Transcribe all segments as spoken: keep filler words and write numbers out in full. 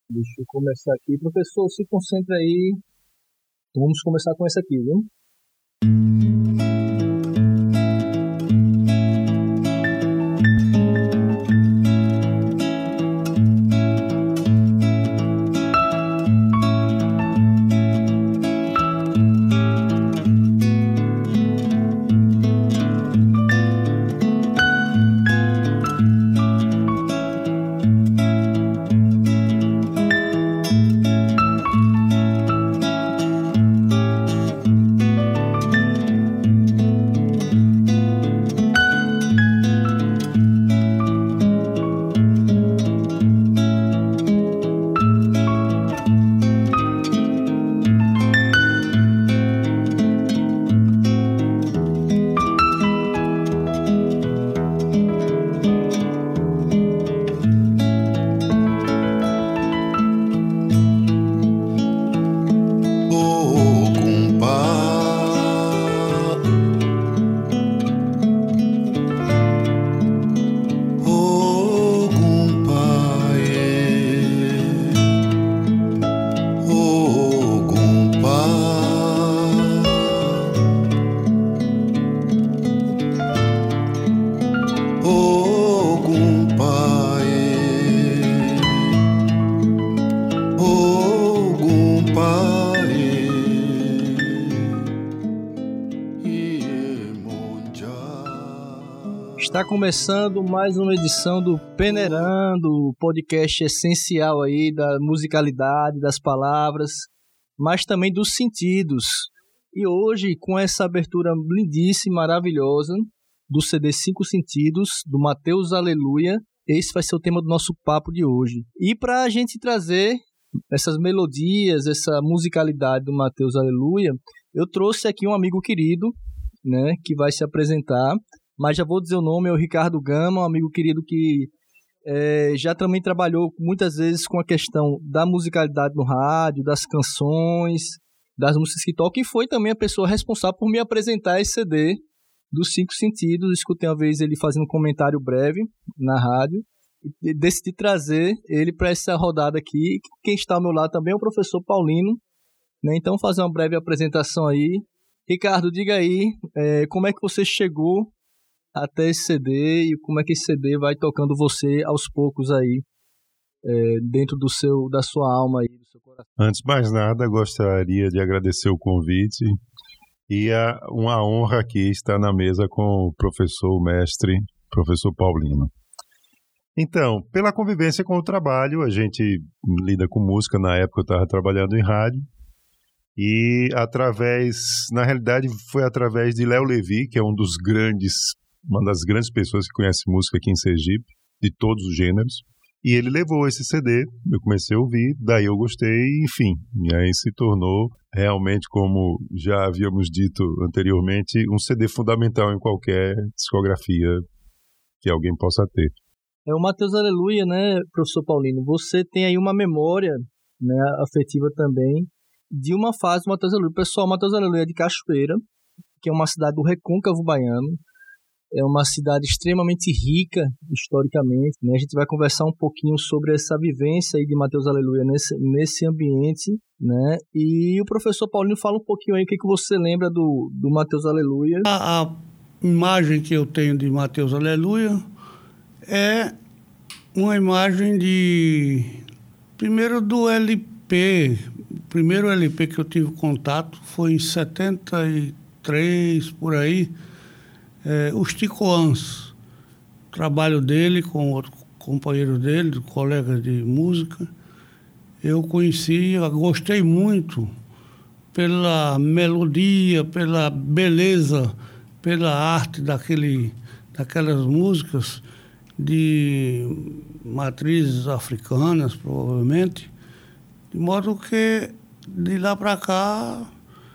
Deixa eu começar aqui. Professor, se concentre aí. Vamos começar com essa aqui, viu? Está começando mais uma edição do Peneirando, o podcast essencial aí da musicalidade, das palavras, mas também dos sentidos. E hoje, com essa abertura lindíssima, maravilhosa, do C D Cinco Sentidos, do Mateus Aleluia, esse vai ser o tema do nosso papo de hoje. E para a gente trazer essas melodias, essa musicalidade do Mateus Aleluia, eu trouxe aqui um amigo querido, né, que vai se apresentar. Mas já vou dizer o nome, é o Ricardo Gama, um amigo querido que é, já também trabalhou muitas vezes com a questão da musicalidade no rádio, das canções, das músicas que tocam, e foi também a pessoa responsável por me apresentar esse C D dos Cinco Sentidos. Escutei uma vez ele fazendo um comentário breve na rádio, e decidi trazer ele para essa rodada aqui. Quem está ao meu lado também é o professor Paulino, né? Então, fazer uma breve apresentação aí. Ricardo, diga aí, é, como é que você chegou até esse C D e como é que esse C D vai tocando você aos poucos aí, é, dentro do seu, da sua alma aí, do seu coração. Antes de mais nada, gostaria de agradecer o convite e é uma honra aqui estar na mesa com o professor, o mestre, professor Paulino. Então, pela convivência com o trabalho, a gente lida com música. Na época eu estava trabalhando em rádio e através, na realidade foi através de Léo Levi, que é um dos grandes uma das grandes pessoas que conhece música aqui em Sergipe, de todos os gêneros, e ele levou esse C D, eu comecei a ouvir, daí eu gostei, enfim, e aí se tornou realmente, como já havíamos dito anteriormente, um C D fundamental em qualquer discografia que alguém possa ter. É o Mateus Aleluia, né, professor Paulino? Você tem aí uma memória, né, afetiva também, de uma fase do Mateus Aleluia. Pessoal, o Mateus Aleluia é de Cachoeira, que é uma cidade do Recôncavo Baiano. É uma cidade extremamente rica, historicamente, né? A gente vai conversar um pouquinho sobre essa vivência aí de Mateus Aleluia nesse, nesse ambiente, né? E o professor Paulino fala um pouquinho aí o que, que você lembra do, do Mateus Aleluia. A, a imagem que eu tenho de Mateus Aleluia é uma imagem de... Primeiro do L P. O primeiro L P que eu tive contato foi em setenta e três, por aí. É, os Ticoãs, trabalho dele com outro companheiro dele, colega de música, eu conheci, eu gostei muito pela melodia, pela beleza, pela arte daquele, daquelas músicas de matrizes africanas, provavelmente, de modo que de lá para cá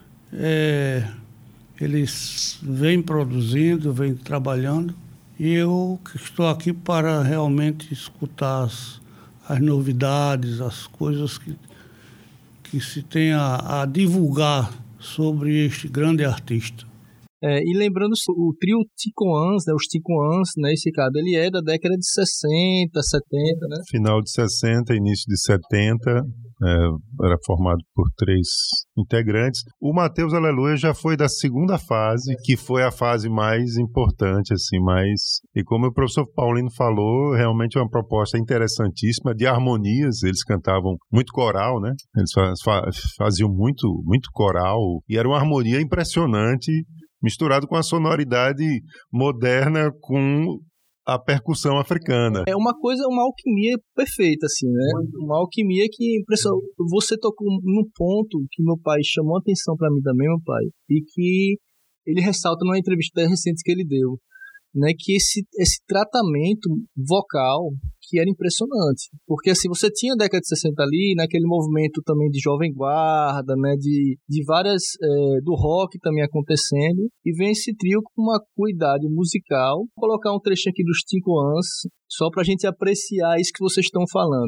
é, eles vêm produzindo, vêm trabalhando, e eu estou aqui para realmente escutar as, as novidades, as coisas que, que se tem a, a divulgar sobre este grande artista. É, e lembrando, o trio Ticoans, né, os Ticoans, né, esse cara, ele é da década de sessenta, setenta, né? Final de sessenta, início de setenta, é, era formado por três integrantes. O Mateus Aleluia já foi da segunda fase, que foi a fase mais importante, assim, mais... E como o professor Paulino falou, realmente é uma proposta interessantíssima de harmonias. Eles cantavam muito coral, né? Eles faziam muito, muito coral, e era uma harmonia impressionante, misturado com a sonoridade moderna com a percussão africana. É uma coisa, uma alquimia perfeita, assim, né? Uma alquimia que impressiona. Você tocou num ponto que meu pai chamou a atenção para mim também, meu pai, e que ele ressalta numa entrevista recente que ele deu, né? Que esse, esse tratamento vocal que era impressionante, porque assim, você tinha a década de sessenta ali, naquele movimento também de jovem guarda, né, de, de várias, é, do rock também acontecendo, e vem esse trio com uma cuidado musical. Vou colocar um trechinho aqui dos Ticoans, só pra gente apreciar isso que vocês estão falando.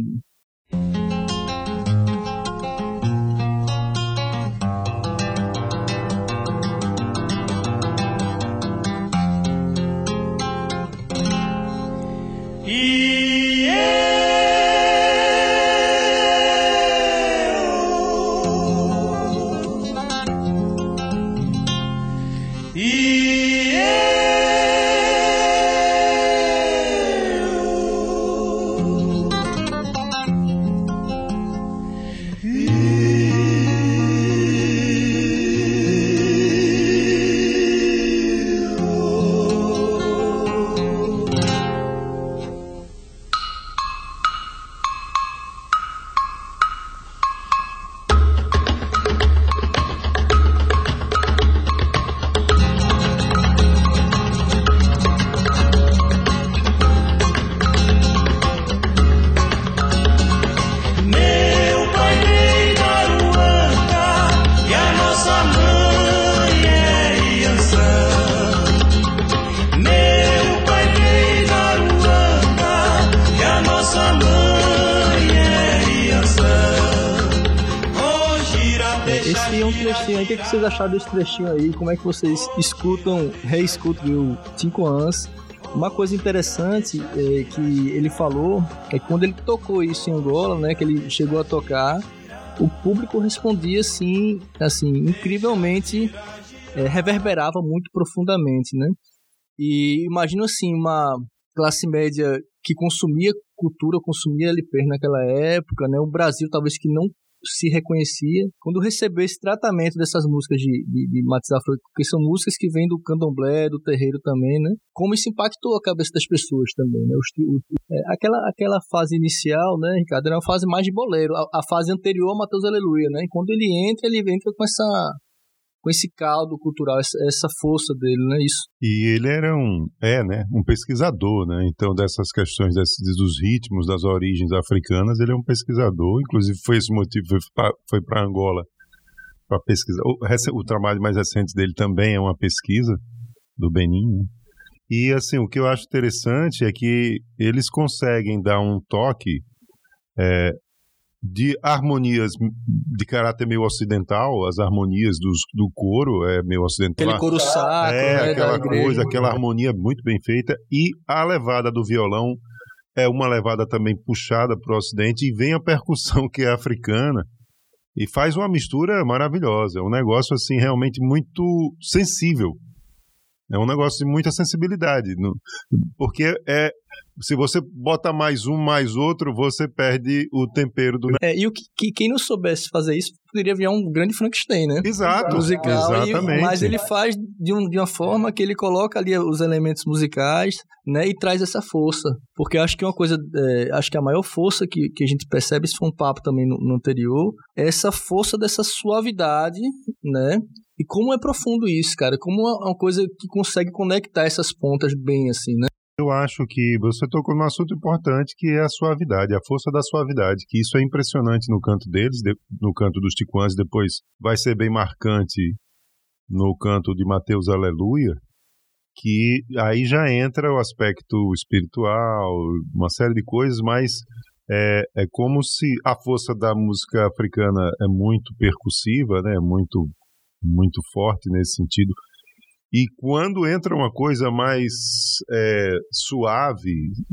E O que, é que vocês acharam desse trechinho aí? Como é que vocês escutam, reescutam o Ticoans? Uma coisa interessante é, que ele falou é que quando ele tocou isso em Angola, né, que ele chegou a tocar, o público respondia assim, assim incrivelmente, é, reverberava muito profundamente, né? E imagino assim, uma classe média que consumia cultura, consumia L P naquela época, né? O Brasil talvez que não se reconhecia, quando recebeu esse tratamento dessas músicas de, de, de Matheus Afro, que são músicas que vêm do candomblé, do terreiro também, né? Como isso impactou a cabeça das pessoas também, né? Os, o, é, aquela, aquela fase inicial, né, Ricardo, era uma fase mais de bolero, a, a fase anterior a Mateus Aleluia, né? E quando ele entra, ele entra com essa... com esse caldo cultural, essa, essa força dele, né, isso. E ele era um, é, né, um pesquisador, né, então dessas questões desses, dos ritmos, das origens africanas, ele é um pesquisador, inclusive foi esse motivo, foi para Angola para pesquisar. O, o trabalho mais recente dele também é uma pesquisa do Benin, né? E assim, o que eu acho interessante é que eles conseguem dar um toque é, de harmonias de caráter meio ocidental, as harmonias dos, do coro é meio ocidental. Aquele coro sacro, é, né, aquela coisa, aquela harmonia muito bem feita, e a levada do violão é uma levada também puxada para o ocidente, e vem a percussão que é africana, e faz uma mistura maravilhosa, é um negócio assim realmente muito sensível. É um negócio de muita sensibilidade, porque é, se você bota mais um, mais outro, você perde o tempero do... É, e o que, que, quem não soubesse fazer isso, poderia virar um grande Frankenstein, né? Exato, musical, exatamente. E, mas ele faz de, um, de uma forma que ele coloca ali os elementos musicais, né, e traz essa força. Porque eu acho que uma coisa, é, acho que a maior força que, que a gente percebe, isso foi um papo também no, no anterior, é essa força dessa suavidade, né? E como é profundo isso, cara, como é uma coisa que consegue conectar essas pontas bem assim, né? Eu acho que você tocou num assunto importante, que é a suavidade, a força da suavidade, que isso é impressionante no canto deles, no canto dos Ticoans, depois vai ser bem marcante no canto de Mateus Aleluia, que aí já entra o aspecto espiritual, uma série de coisas, mas é, é como se a força da música africana é muito percussiva, né, muito, muito forte nesse sentido. E quando entra uma coisa mais é, suave,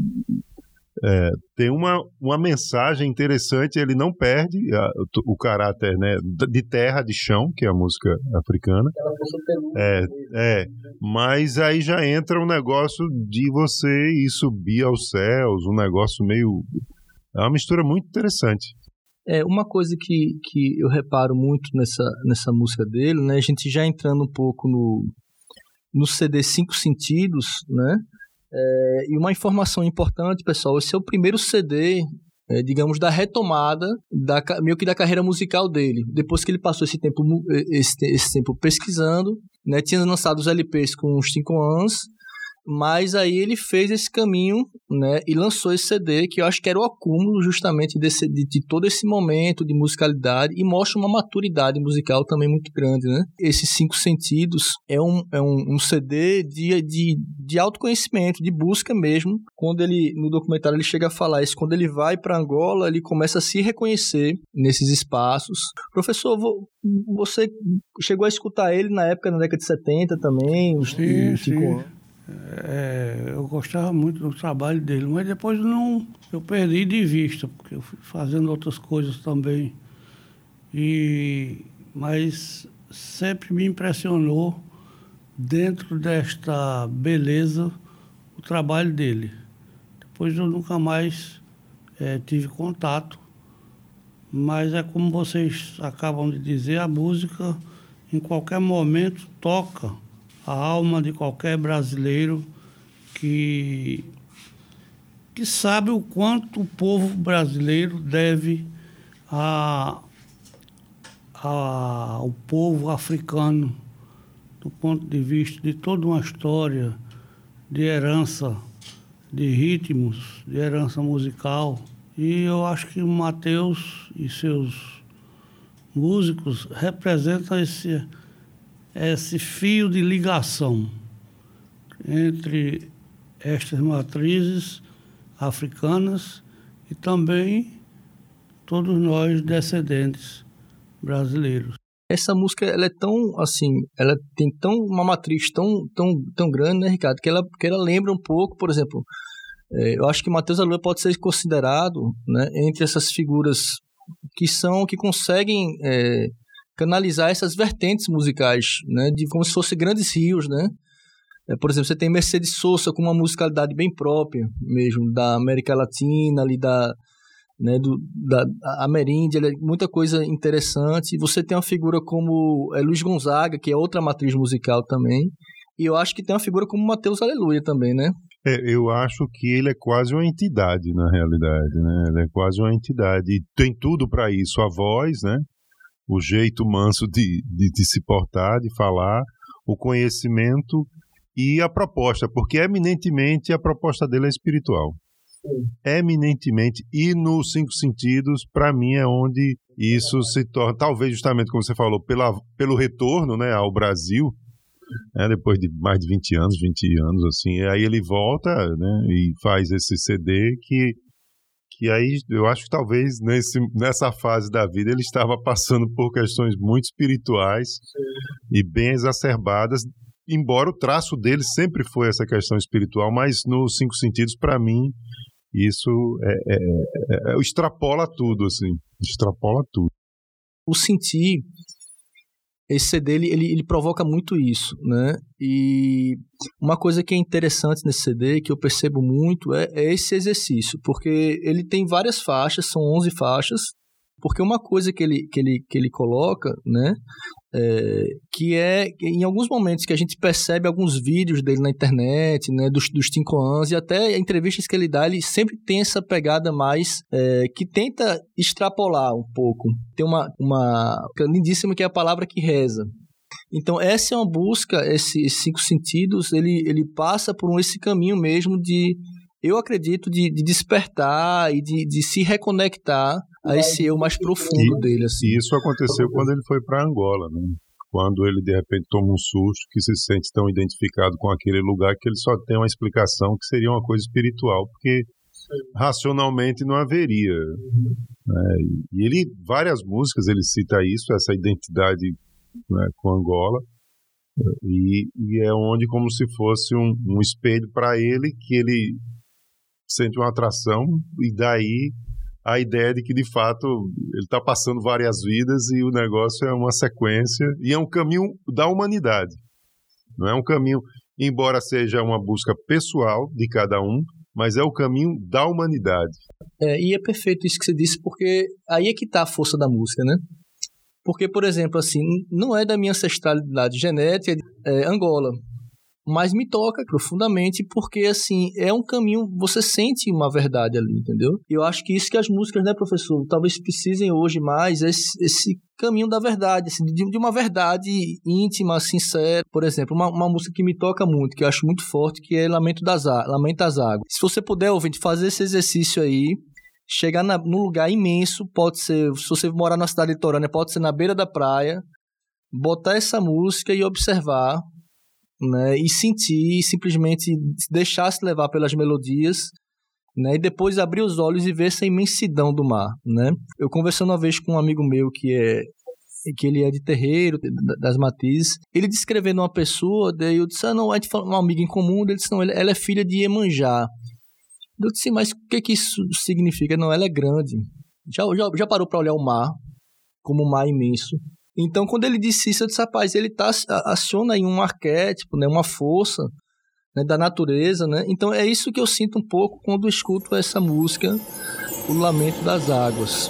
é, tem uma, uma mensagem interessante, ele não perde a, o caráter, né, de terra, de chão, que é a música africana. É, é, mas aí já entra um negócio de você ir subir aos céus, um negócio meio... É uma mistura muito interessante. É, uma coisa que, que eu reparo muito nessa, nessa música dele, né, a gente já entrando um pouco no, no C D Cinco Sentidos, né, é, e uma informação importante, pessoal, esse é o primeiro C D, é, digamos, da retomada, da, meio que da carreira musical dele, depois que ele passou esse tempo, esse, esse tempo pesquisando, né, tinha lançado os L Ps com uns cinco anos, mas aí ele fez esse caminho, né, e lançou esse C D, que eu acho que era o acúmulo justamente desse, de, de todo esse momento de musicalidade, e mostra uma maturidade musical também muito grande, né? Esses Cinco Sentidos é um, é um, um C D de, de, de autoconhecimento, de busca mesmo. Quando ele, no documentário ele chega a falar isso, quando ele vai para Angola, ele começa a se reconhecer nesses espaços. Professor, você chegou a escutar ele na época, na década de setenta também? Sim, sim. É, eu gostava muito do trabalho dele, mas depois não, eu perdi de vista, porque eu fui fazendo outras coisas também. E, mas sempre me impressionou, dentro desta beleza, o trabalho dele. Depois eu nunca mais é, tive contato, mas é como vocês acabam de dizer, a música em qualquer momento toca a alma de qualquer brasileiro que, que sabe o quanto o povo brasileiro deve a, a, ao povo africano, do ponto de vista de toda uma história de herança, de ritmos, de herança musical. E eu acho que o Matheus e seus músicos representam esse... esse fio de ligação entre estas matrizes africanas e também todos nós descendentes brasileiros. Essa música, ela é tão, assim, ela tem tão uma matriz tão, tão, tão grande, né, Ricardo, que ela, que ela lembra um pouco, por exemplo, é, eu acho que Matheus Aleluia pode ser considerado, né, entre essas figuras que são, que conseguem... É, canalizar essas vertentes musicais, né, de como se fossem grandes rios, né? É, por exemplo, você tem Mercedes Sosa com uma musicalidade bem própria mesmo, da América Latina, ali da, né, do, da Ameríndia, muita coisa interessante. Você tem uma figura como é, Luiz Gonzaga, que é outra matriz musical também, e eu acho que tem uma figura como Matheus Aleluia também, né? É, eu acho que ele é quase uma entidade, na realidade, né? Ele é quase uma entidade, e tem tudo para isso, a voz, né? O jeito manso de, de, de se portar, de falar, o conhecimento e a proposta, porque eminentemente a proposta dele é espiritual. Sim. Eminentemente, e nos Cinco Sentidos, para mim, é onde isso se torna, talvez justamente como você falou, pela, pelo retorno, né, ao Brasil, né, depois de mais de vinte anos, vinte anos, assim, aí ele volta, né, e faz esse C D que que aí eu acho que talvez nesse, nessa fase da vida ele estava passando por questões muito espirituais. Sim. E bem exacerbadas, embora o traço dele sempre foi essa questão espiritual, mas nos Cinco Sentidos, para mim, isso é, é, é, é, extrapola tudo, assim, extrapola tudo. O sentir, esse C D, ele, ele, ele provoca muito isso, né? E uma coisa que é interessante nesse C D, que eu percebo muito, é, é esse exercício, porque ele tem várias faixas, são onze faixas, porque uma coisa que ele, que ele, que ele coloca, né, é, que é, em alguns momentos que a gente percebe alguns vídeos dele na internet, né, dos, dos Tincoãs, e até entrevistas que ele dá, ele sempre tem essa pegada mais, é, que tenta extrapolar um pouco. Tem uma, uma lindíssima que é a palavra que reza. Então, essa é uma busca, esse, esses Cinco Sentidos, ele, ele passa por esse caminho mesmo de, eu acredito, de, de despertar e de, de se reconectar a esse eu mais profundo e, dele. Assim. E isso aconteceu quando ele foi para Angola, né? Quando ele, de repente, toma um susto, que se sente tão identificado com aquele lugar que ele só tem uma explicação que seria uma coisa espiritual, porque racionalmente não haveria. Né? E ele, várias músicas, ele cita isso, essa identidade, né, com Angola. E, e é onde, como se fosse um, um espelho para ele, que ele sente uma atração, e daí a ideia de que, de fato, ele está passando várias vidas e o negócio é uma sequência, e é um caminho da humanidade. Não é um caminho, embora seja uma busca pessoal de cada um, mas é o caminho da humanidade. É, e é perfeito isso que você disse, porque aí é que está a força da música, né? Porque, por exemplo, assim, não é da minha ancestralidade genética, é Angola, mas me toca profundamente porque, assim, é um caminho, você sente uma verdade ali, entendeu? E eu acho que isso que as músicas, né, professor, talvez precisem hoje mais, esse, esse caminho da verdade, assim, de, de uma verdade íntima, sincera. Por exemplo, uma, uma música que me toca muito, que eu acho muito forte, que é Lamento das, Lamento das Águas. Se você puder, ouvinte, fazer esse exercício aí, chegar na, num lugar imenso, pode ser, se você morar na cidade litorânea, pode ser na beira da praia, botar essa música e observar, né, e sentir, simplesmente deixar se levar pelas melodias, né, e depois abrir os olhos e ver essa imensidão do mar, né? Eu conversando uma vez com um amigo meu que é que ele é de Terreiro, das Matizes, ele descrevendo uma pessoa, daí eu disse, ah, não, a gente fala, uma amiga em comum, ele disse, não, ela é filha de Iemanjá. Eu disse, mas o que que isso significa? Não, ela é grande. Já, já, já parou para olhar o mar como um mar imenso? Então, quando ele disse isso, eu disse, rapaz, ele tá, aciona aí um arquétipo, né, uma força, né, da natureza, né? Então, é isso que eu sinto um pouco quando eu escuto essa música, O Lamento das Águas.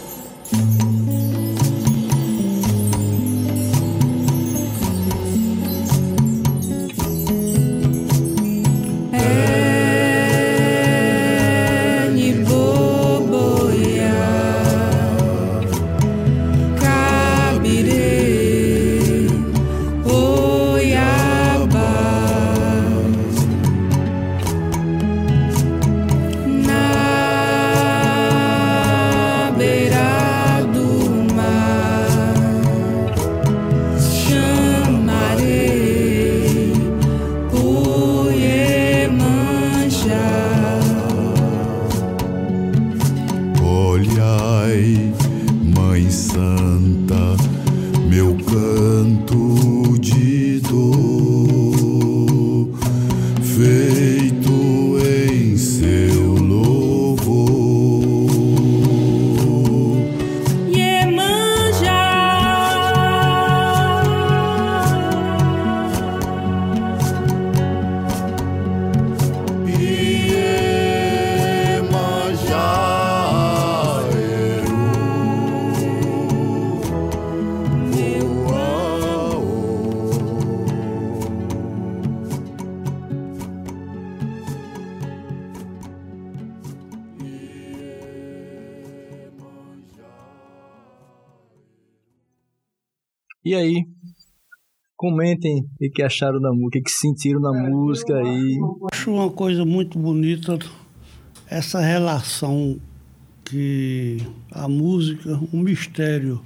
E aí, comentem o que acharam da música, o que sentiram na música aí. Acho uma coisa muito bonita essa relação que a música, o mistério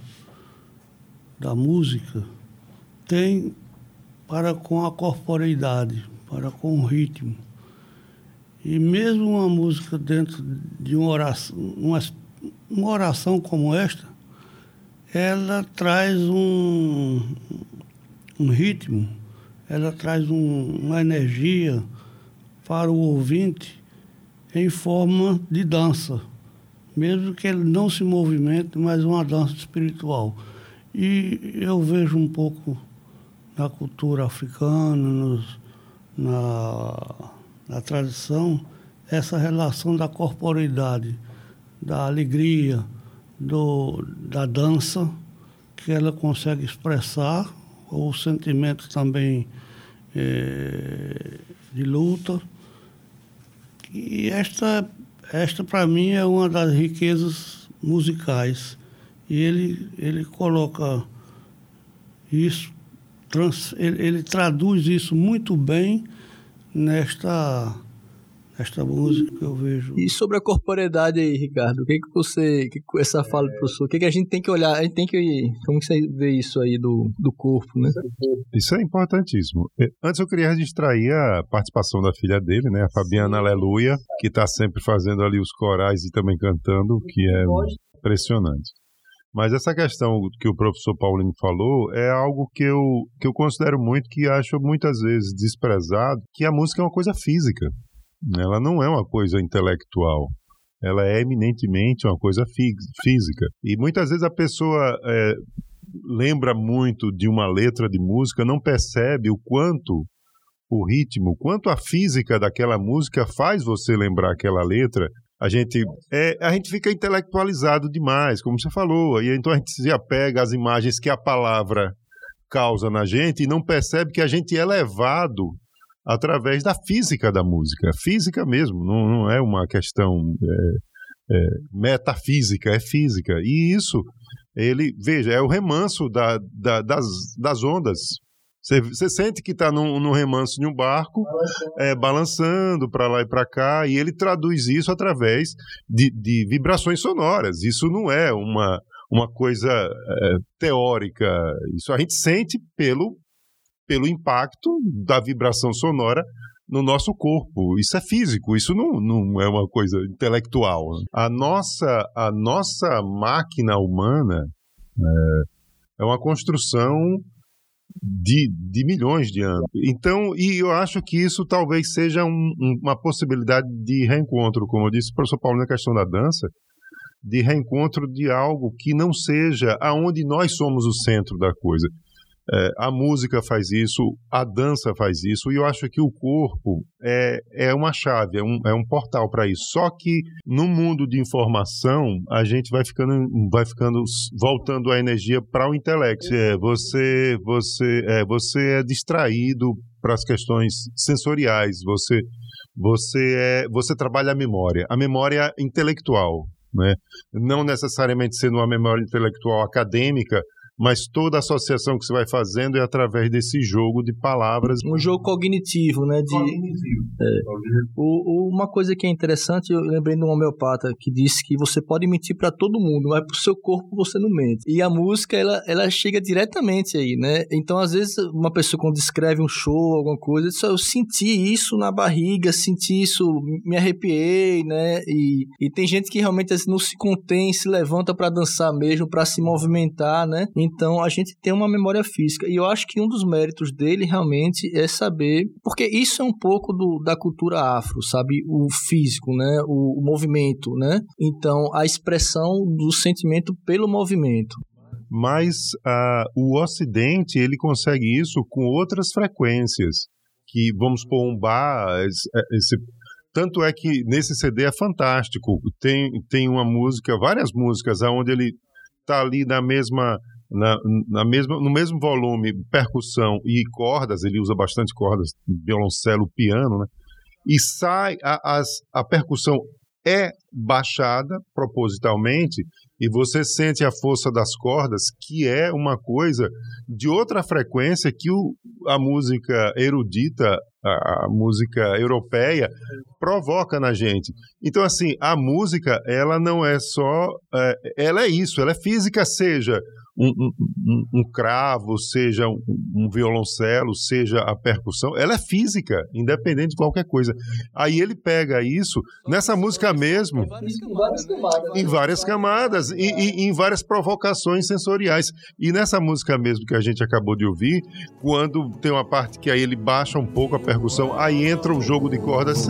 da música tem para com a corporeidade, para com o ritmo. E mesmo uma música dentro de uma oração, uma, uma oração como esta, ela traz um, um ritmo, ela traz um, uma energia para o ouvinte em forma de dança, mesmo que ele não se movimente, mas uma dança espiritual. E eu vejo um pouco na cultura africana, nos, na, na tradição, essa relação da corporeidade, da alegria, Do, da dança, que ela consegue expressar, o sentimento também é, de luta. E esta, esta para mim, é uma das riquezas musicais. E ele, ele coloca isso, trans, ele, ele traduz isso muito bem nesta... esta música que eu vejo. E sobre a corporeidade aí, Ricardo, o que que você, que que essa fala do professor, o que que a gente tem que olhar, a gente tem que, como que você vê isso aí do, do corpo, né? Isso é importantíssimo. Antes eu queria registrar aí a participação da filha dele, né, a Fabiana Aleluia, que está sempre fazendo ali os corais e também cantando, que é impressionante. Mas essa questão que o professor Paulino falou é algo que eu, que eu considero muito, que acho muitas vezes desprezado, que a música é uma coisa física. Ela não é uma coisa intelectual. Ela é eminentemente uma coisa fí- física. E muitas vezes a pessoa é, lembra muito de uma letra de música, não percebe o quanto o ritmo, o quanto a física daquela música faz você lembrar aquela letra. A gente, é, a gente fica intelectualizado demais, como você falou, e então a gente se apega às imagens que a palavra causa na gente e não percebe que a gente é levado através da física da música, física mesmo, não, não é uma questão é, é, metafísica, é física. E isso, ele, veja, é o remanso da, da, das, das ondas. Você, você sente que está num, num remanso de um barco, é, balançando para lá e para cá, e ele traduz isso através de, de vibrações sonoras. Isso não é uma, uma coisa é, teórica, isso a gente sente pelo, pelo impacto da vibração sonora no nosso corpo. Isso é físico, isso não, não é uma coisa intelectual. A nossa, a nossa máquina humana é, é uma construção De, de milhões de anos. Então, e eu acho que isso talvez seja um, um, uma possibilidade de reencontro, como eu disse o professor Paulo na questão da dança, de reencontro de algo que não seja aonde nós somos o centro da coisa. É, a música faz isso, a dança faz isso, e eu acho que o corpo é, é uma chave, é um, é um portal para isso. Só que no mundo de informação, a gente vai ficando, vai ficando voltando a energia para o intelecto. É, você, você, é, você é distraído para as questões sensoriais, você, você, é, você trabalha a memória, a memória intelectual, né? Não necessariamente sendo uma memória intelectual acadêmica, mas toda a associação que você vai fazendo é através desse jogo de palavras. Um jogo cognitivo, né? De, cognitivo. É. O, o, uma coisa que é interessante, eu lembrei de um homeopata que disse que você pode mentir para todo mundo, mas pro seu corpo você não mente. E a música, ela, ela chega diretamente aí, né? Então, às vezes, uma pessoa quando descreve um show, alguma coisa, só eu senti isso na barriga, senti isso, me arrepiei, né? E, e tem gente que realmente assim, não se contém, se levanta para dançar mesmo, para se movimentar, né? Então, a gente tem uma memória física. E eu acho que um dos méritos dele, realmente, é saber... Porque isso é um pouco do, da cultura afro, sabe? O físico, né? O, o movimento, né? Então, a expressão do sentimento pelo movimento. Mas uh, o Ocidente, ele consegue isso com outras frequências. Que, vamos supor, um bar... Esse, esse, tanto é que nesse C D é fantástico. Tem, tem uma música, várias músicas, onde ele está ali na mesma... Na, na mesma, no mesmo volume, percussão e cordas, ele usa bastante cordas, violoncelo, piano, né? E sai, a, as, a percussão é baixada propositalmente e você sente a força das cordas, que é uma coisa de outra frequência que o, a música erudita, a, a música europeia, provoca na gente. Então, assim, a música, ela não é só... É, ela é isso, ela é física, seja... Um, um, um cravo, seja um, um violoncelo, seja a percussão, ela é física, independente de qualquer coisa. Aí ele pega isso, nessa música mesmo, em várias camadas, e, e em várias provocações sensoriais. E nessa música mesmo que a gente acabou de ouvir, quando tem uma parte que aí ele baixa um pouco a percussão, aí entra o jogo de cordas.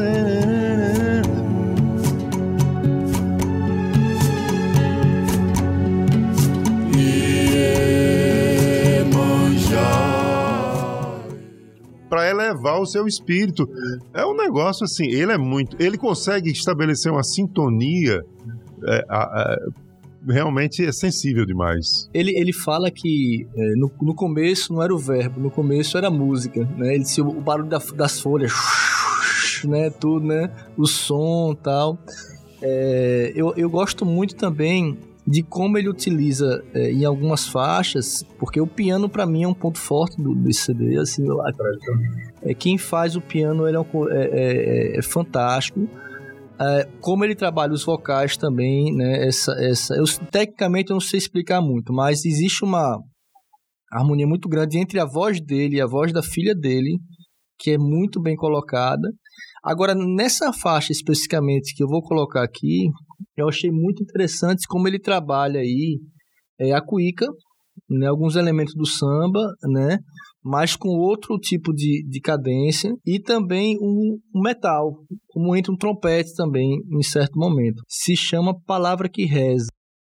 Para elevar o seu espírito. É um negócio assim, ele é muito... Ele consegue estabelecer uma sintonia é, é, realmente é sensível demais. Ele, ele fala que é, no, no começo não era o verbo, no começo era a música, né? Ele disse o barulho da, das folhas, né? Tudo, né? O som e tal. É, eu, eu gosto muito também de como ele utiliza é, em algumas faixas, porque o piano para mim é um ponto forte do, desse C D, assim, eu, é, quem faz o piano ele é, um, é, é, é fantástico, é, como ele trabalha os vocais também, né, essa, essa, eu, tecnicamente eu não sei explicar muito, mas existe uma harmonia muito grande entre a voz dele e a voz da filha dele, que é muito bem colocada. Agora, nessa faixa especificamente que eu vou colocar aqui, eu achei muito interessante como ele trabalha aí é a cuíca, né, alguns elementos do samba, né, mas com outro tipo de, de cadência, e também um, um metal, como entra um trompete também em certo momento. Se chama Palavra que Reza.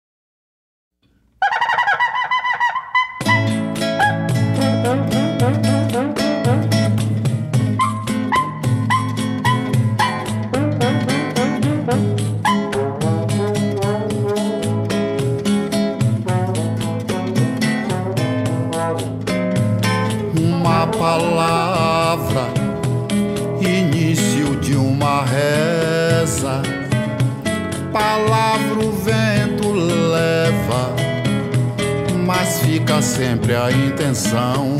Palavra, início de uma reza, palavra o vento leva, mas fica sempre a intenção.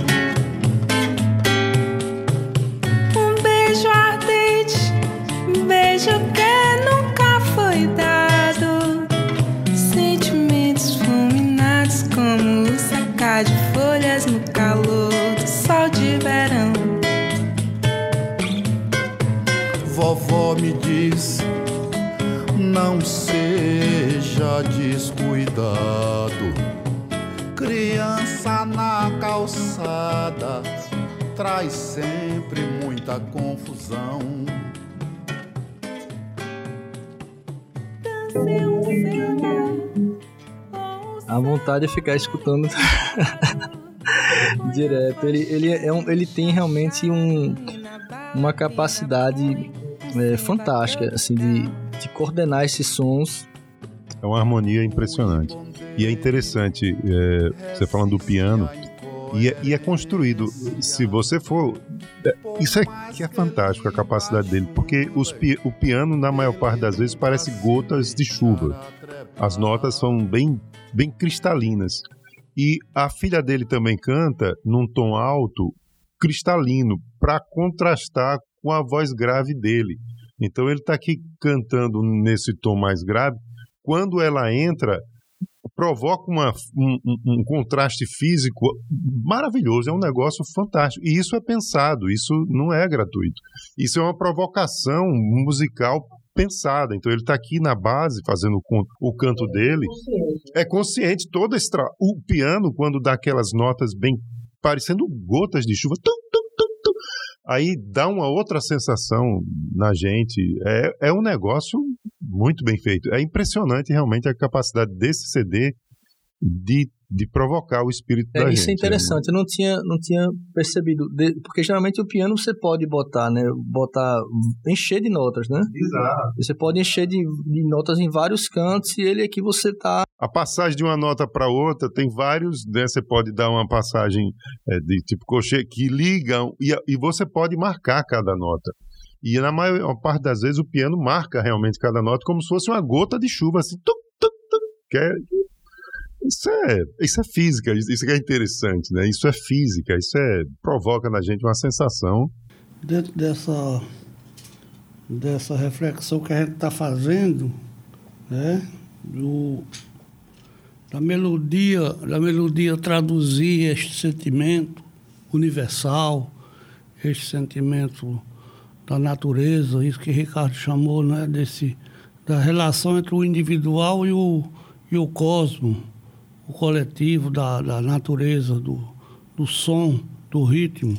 Um beijo ardente, um beijo que nunca foi dado, sentimentos fulminados como o secar de folhas no calor sol de verão. Vovó me diz, não seja descuidado, criança na calçada traz sempre muita confusão. A vontade é ficar escutando direto. Ele, ele, é um, ele tem realmente um, uma capacidade é, fantástica assim, de, de coordenar esses sons. É uma harmonia impressionante. E é interessante, é, você falando do piano, e é, e é construído, se você for... Isso é que é fantástico, a capacidade dele, porque os, o piano, na maior parte das vezes, parece gotas de chuva. As notas são bem, bem cristalinas. E a filha dele também canta num tom alto, cristalino, para contrastar com a voz grave dele. Então ele está aqui cantando nesse tom mais grave. Quando ela entra, provoca uma, um, um contraste físico maravilhoso. É um negócio fantástico. E isso é pensado, isso não é gratuito. Isso é uma provocação musical pensada. Então ele está aqui na base fazendo o canto dele. É consciente. Todo esse tra... O piano, quando dá aquelas notas bem parecendo gotas de chuva, tum, tum, tum, tum, aí dá uma outra sensação na gente. É, é um negócio muito bem feito. É impressionante realmente a capacidade desse C D de, de provocar o espírito é, da isso gente. Isso é interessante, eu não tinha, não tinha percebido, de, porque geralmente o piano você pode botar, né, botar, encher de notas, né? Exato. Você pode encher de, de notas em vários cantos e ele aqui você tá... A passagem de uma nota para outra tem vários, né, você pode dar uma passagem é, de tipo cochê que ligam e, e você pode marcar cada nota. E na maior parte das vezes o piano marca realmente cada nota como se fosse uma gota de chuva, assim, tum, tum, tum, que é... Isso é, isso é física, isso que é interessante, né? Isso é física, isso é, provoca na gente uma sensação. Dentro dessa, dessa reflexão que a gente está fazendo, né? Do, da melodia, da melodia traduzir este sentimento universal, este sentimento da natureza, isso que Ricardo chamou, né? Desse, da relação entre o individual e o, e o cosmos. O coletivo da, da natureza, do, do som, do ritmo.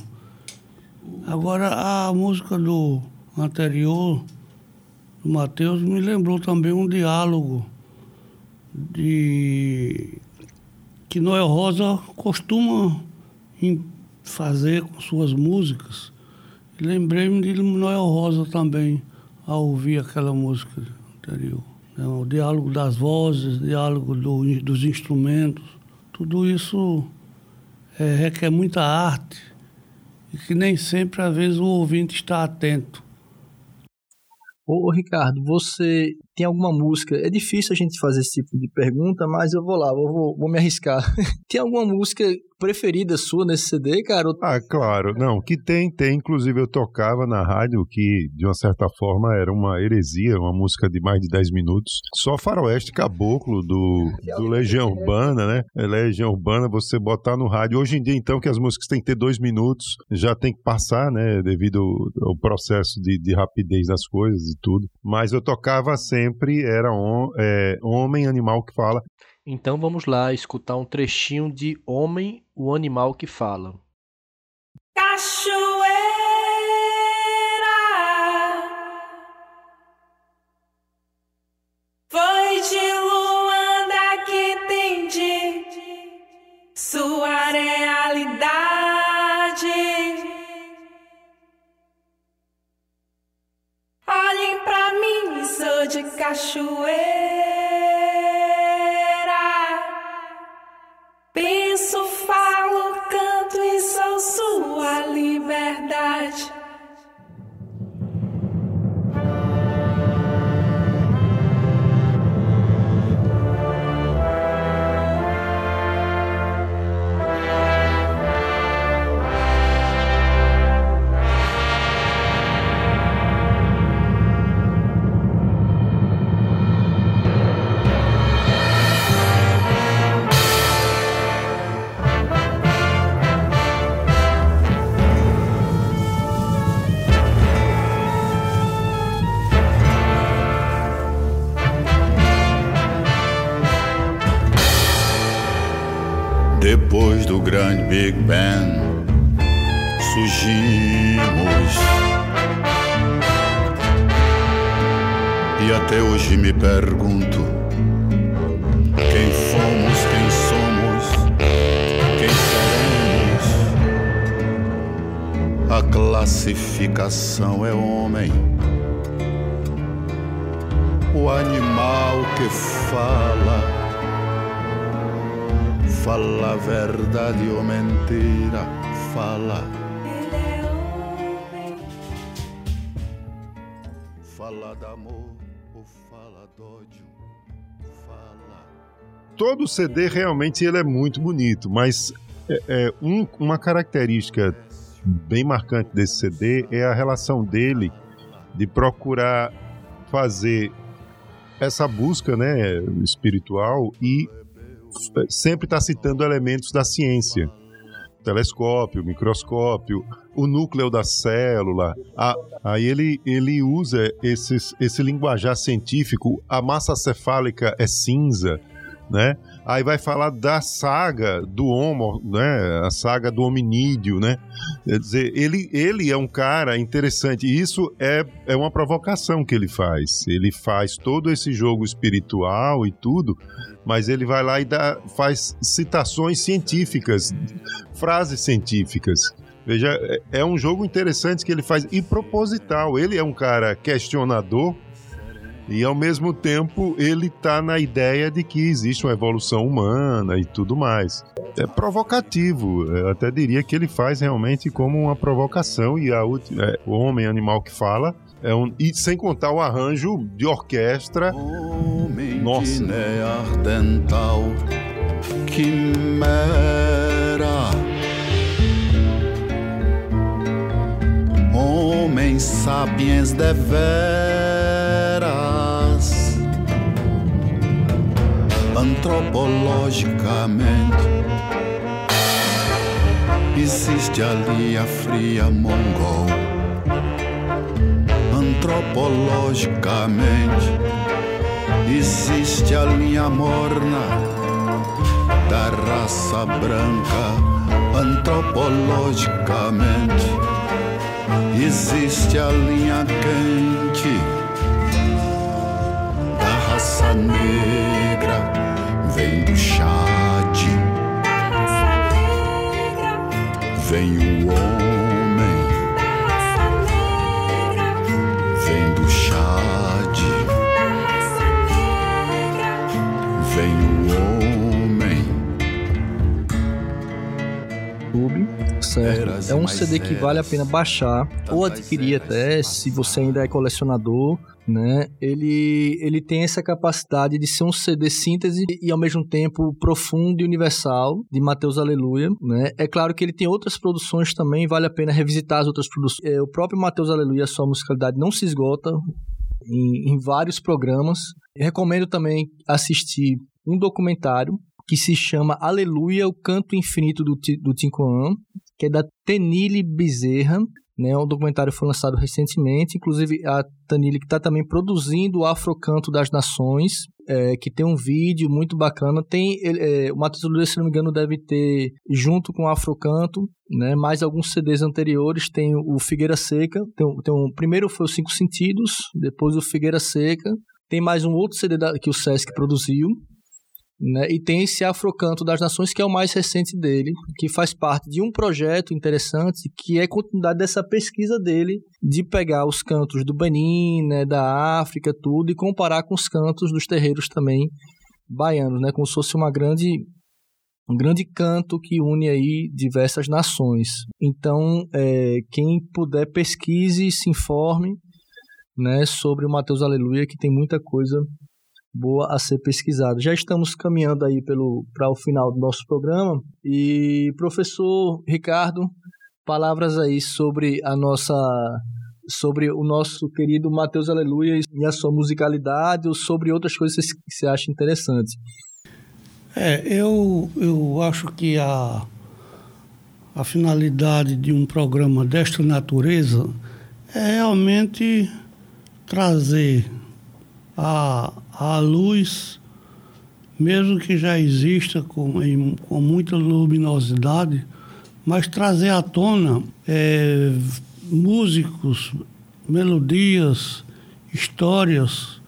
Agora, a música do anterior, do Matheus, me lembrou também um diálogo de, que Noel Rosa costuma fazer com suas músicas. E lembrei-me de Noel Rosa também, ao ouvir aquela música anterior. O diálogo das vozes, o diálogo do, dos instrumentos, tudo isso é, requer muita arte e que nem sempre, às vezes, o ouvinte está atento. Ô, ô Ricardo, você tem alguma música... É difícil a gente fazer esse tipo de pergunta, mas eu vou lá, vou, vou, vou me arriscar. Tem alguma música preferida sua nesse C D, cara? Ah, claro. Não, que tem, tem. Inclusive eu tocava na rádio que, de uma certa forma, era uma heresia, uma música de mais de dez minutos. Só Faroeste Caboclo, do, do Legião Urbana, né? Legião Urbana, você botar no rádio. Hoje em dia, então, que as músicas têm que ter dois minutos, já tem que passar, né? Devido ao processo de, de rapidez das coisas e tudo. Mas eu tocava sempre, era on, é, Homem Animal que Fala. Então vamos lá escutar um trechinho de Homem, o Animal que Fala. Cachoeira, foi de Luanda que entendi sua realidade. Olhem pra mim, sou de cachoeira. Penso, falo, canto e sou sua liberdade. Depois do grande Big Bang surgimos, e até hoje me pergunto quem fomos, quem somos, quem seremos. A classificação é homem, o animal que fala. Fala a verdade ou mentira, fala. Ele é homem. Fala de amor ou fala de ódio, fala. Todo C D realmente ele é muito bonito, mas é, é, um, uma característica bem marcante desse C D é a relação dele de procurar fazer essa busca, né, espiritual e sempre está citando elementos da ciência, telescópio, microscópio, o núcleo da célula. A, aí ele, ele usa esses, esse linguajar científico, a massa cefálica é cinza, né? Aí vai falar da saga do homo, né? A saga do hominídeo, né? Quer dizer, ele, ele é um cara interessante, e isso é, é uma provocação que ele faz. Ele faz todo esse jogo espiritual e tudo, mas ele vai lá e dá, faz citações científicas, frases científicas. Veja, é um jogo interessante que ele faz, e proposital. Ele é um cara questionador, e ao mesmo tempo ele está na ideia de que existe uma evolução humana e tudo mais. É provocativo, eu até diria que ele faz realmente como uma provocação, e a última, é, o Homem Animal que Fala, é um, e sem contar o arranjo de orquestra. Homem Nossa. Guiné ardental, quimera, homem sapiens deveras, antropologicamente existe ali a fria mongol. Antropologicamente existe a linha morna da raça branca. Antropologicamente existe a linha quente da raça negra. Vem do Chad, vem o homem, vem do Chad, vem o homem. Certo. É um C D que vale a pena baixar ou adquirir até, se você ainda é colecionador, né? Ele, ele tem essa capacidade de ser um C D síntese e ao mesmo tempo profundo e universal, de Mateus Aleluia, né? É claro que ele tem outras produções também, vale a pena revisitar as outras produções. É, o próprio Mateus Aleluia, a sua musicalidade não se esgota em, em vários programas. Eu recomendo também assistir um documentário que se chama Aleluia, o Canto Infinito do, do Tincoan, que é da Tenille Bezerra, né? Um documentário foi lançado recentemente, inclusive a Tanile que está também produzindo o Afrocanto das Nações, é, que tem um vídeo muito bacana. Tem é, o Matheus Aleluia, se não me engano, deve ter, junto com o Afrocanto, né, mais alguns C Ds anteriores. Tem o Figueira Seca, tem, tem um, primeiro foi o Cinco Sentidos, depois o Figueira Seca, tem mais um outro C D da, que o Sesc produziu, né, e tem esse Afrocanto das Nações, que é o mais recente dele, que faz parte de um projeto interessante, que é continuidade dessa pesquisa dele, de pegar os cantos do Benin, né, da África, tudo, e comparar com os cantos dos terreiros também baianos, né, como se fosse uma grande, um grande canto que une aí diversas nações. Então, é, quem puder, pesquise, se informe, né, sobre o Matheus Aleluia, que tem muita coisa boa a ser pesquisado. Já estamos caminhando aí para o final do nosso programa e, professor Ricardo, palavras aí sobre a nossa, sobre o nosso querido Matheus Aleluia e a sua musicalidade, ou sobre outras coisas que você acha interessante. É, eu, eu acho que a, a finalidade de um programa desta natureza é realmente trazer a a luz, mesmo que já exista com, em, com muita luminosidade, mas trazer à tona é, músicos, melodias, histórias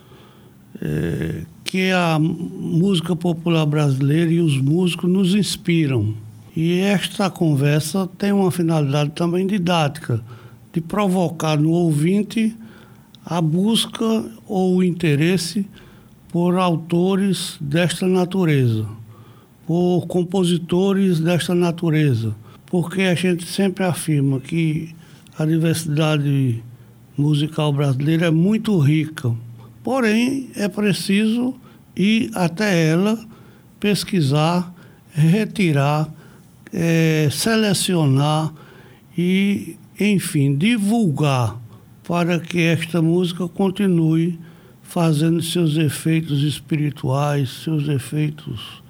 é, que a música popular brasileira e os músicos nos inspiram. E esta conversa tem uma finalidade também didática, de provocar no ouvinte a busca ou o interesse por autores desta natureza, por compositores desta natureza, porque a gente sempre afirma que a diversidade musical brasileira é muito rica, porém é preciso ir até ela, pesquisar, retirar, é, selecionar e, enfim, divulgar para que esta música continue fazendo seus efeitos espirituais, seus efeitos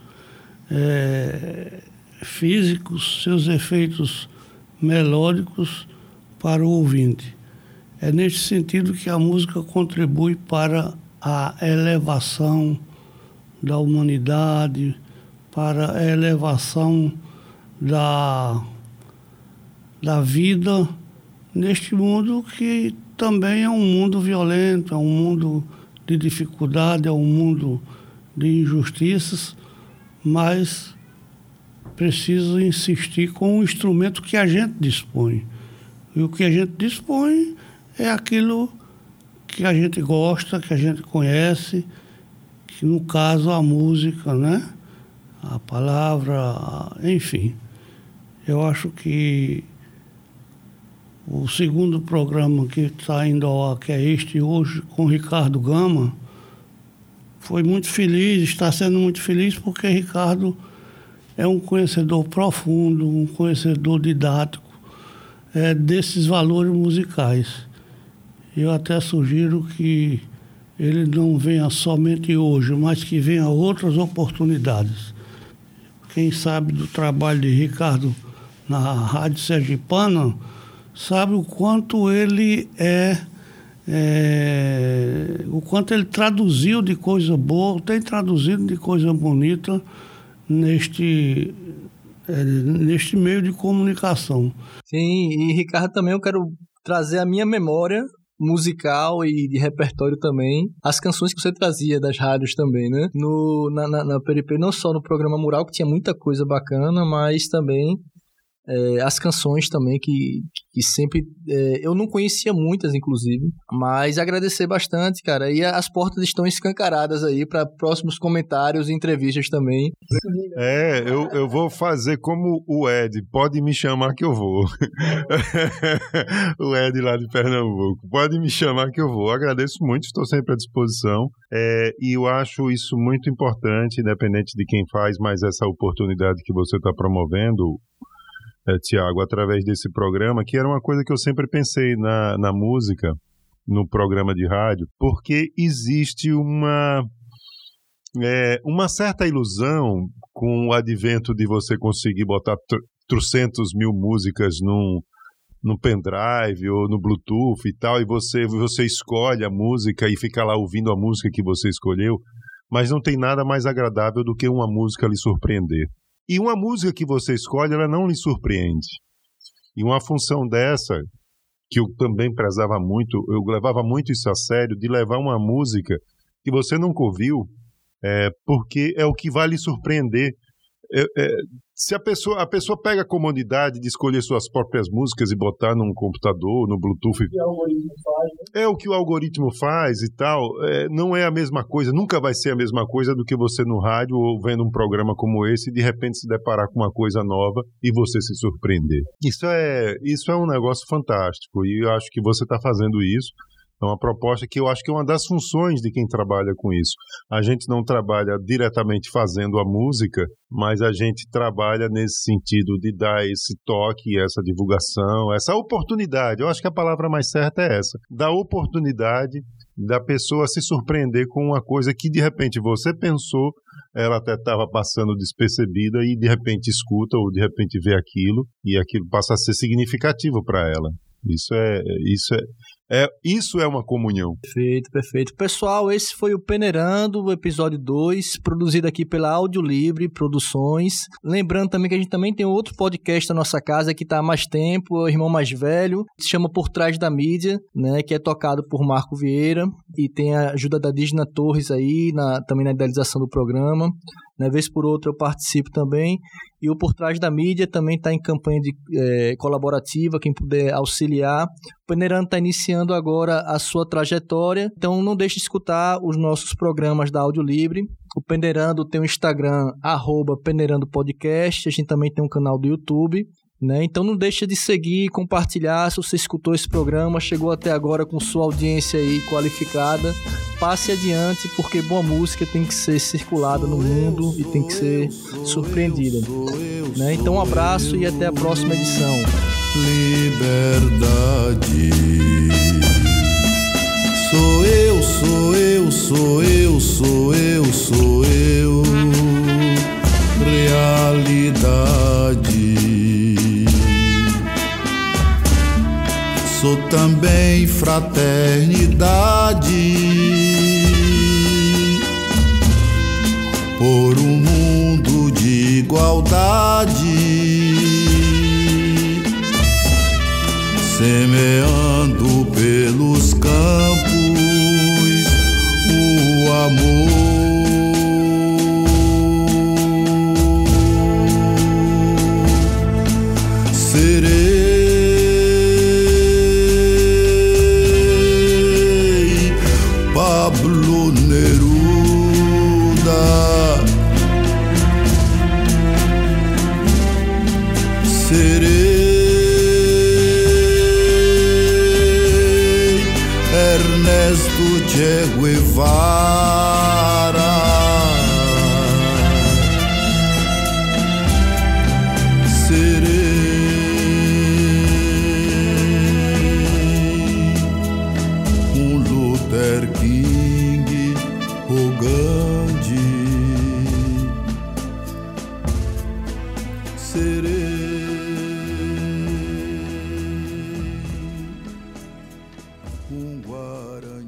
é, físicos, seus efeitos melódicos para o ouvinte. É neste sentido que a música contribui para a elevação da humanidade, para a elevação da, da vida neste mundo que também é um mundo violento, é um mundo de dificuldade, é um mundo de injustiças, mas preciso insistir com o instrumento que a gente dispõe. E o que a gente dispõe é aquilo que a gente gosta, que a gente conhece, que no caso a música, né? A palavra, enfim. Eu acho que o segundo programa que está indo ao ar, que é este hoje, com Ricardo Gama, foi muito feliz, está sendo muito feliz, porque Ricardo é um conhecedor profundo, um conhecedor didático é, desses valores musicais. Eu até sugiro que ele não venha somente hoje, mas que venha outras oportunidades. Quem sabe do trabalho de Ricardo na Rádio Sergipana sabe o quanto ele é, é o quanto ele traduziu de coisa boa, tem traduzido de coisa bonita neste, é, neste meio de comunicação. Sim, e Ricardo, também eu quero trazer a minha memória musical e de repertório também, as canções que você trazia das rádios também, né? No, na, na, na Peripê, não só no programa Mural, que tinha muita coisa bacana, mas também É, as canções também que, que sempre... É, eu não conhecia muitas, inclusive, mas agradecer bastante, cara. E as portas estão escancaradas aí para próximos comentários e entrevistas também. É, eu, eu vou fazer como o Ed. Pode me chamar que eu vou. O Ed lá de Pernambuco. Pode me chamar que eu vou. Agradeço muito, estou sempre à disposição. É, e eu acho isso muito importante, independente de quem faz, mas essa oportunidade que você está promovendo, É, Tiago, através desse programa, que era uma coisa que eu sempre pensei na, na música, no programa de rádio, porque existe uma, é, uma certa ilusão com o advento de você conseguir botar trocentos mil músicas num, no pendrive ou no Bluetooth e tal, e você, você escolhe a música e fica lá ouvindo a música que você escolheu, mas não tem nada mais agradável do que uma música lhe surpreender. E uma música que você escolhe, ela não lhe surpreende. E uma função dessa, que eu também prezava muito, eu levava muito isso a sério, de levar uma música que você nunca ouviu, é, porque é o que vai lhe surpreender. É, é, se a pessoa, a pessoa pega a comodidade de escolher suas próprias músicas e botar num computador, no Bluetooth, O algoritmo faz, né? é o que o algoritmo faz e tal, é, não é a mesma coisa, nunca vai ser a mesma coisa do que você no rádio ou vendo um programa como esse e de repente se deparar com uma coisa nova e você se surpreender. Isso é, isso é um negócio fantástico e eu acho que você está fazendo isso. É uma proposta que eu acho que é uma das funções de quem trabalha com isso. A gente não trabalha diretamente fazendo a música, mas a gente trabalha nesse sentido de dar esse toque, essa divulgação, essa oportunidade. Eu acho que a palavra mais certa é essa. Da oportunidade da pessoa se surpreender com uma coisa que de repente você pensou, ela até estava passando despercebida e de repente escuta ou de repente vê aquilo e aquilo passa a ser significativo para ela. Isso é, isso é, é, isso é uma comunhão. Perfeito, perfeito. Pessoal, esse foi o Peneirando, o episódio dois, produzido aqui pela Audiolivre Produções. Lembrando também que a gente também tem outro podcast na nossa casa que está há mais tempo, é o Irmão Mais Velho, se chama Por Trás da Mídia, né, que é tocado por Marco Vieira e tem a ajuda da Dígina Torres aí, na, também na idealização do programa. Né, vez por outra eu participo também. E o Por Trás da Mídia também está em campanha de, é, colaborativa, quem puder auxiliar. O Peneirando está iniciando agora a sua trajetória, então não deixe de escutar os nossos programas da Audiolivre. O Peneirando tem o Instagram, arroba Peneirando Podcast, a gente também tem um canal do YouTube. Né? Então não deixa de seguir, compartilhar. Se você escutou esse programa, chegou até agora com sua audiência aí qualificada, passe adiante, porque boa música tem que ser circulada no mundo e tem que ser surpreendida, né? Então um abraço e até a próxima edição. Liberdade. Sou eu, sou eu, sou eu, sou eu, sou eu. Realidade. Sou também fraternidade, por um mundo de igualdade, semeando pelos campos o amor. Serei Pablo Neruda, serei Ernesto Che Guevara, serei um Luther King ou Gandhi, serei um Guarani.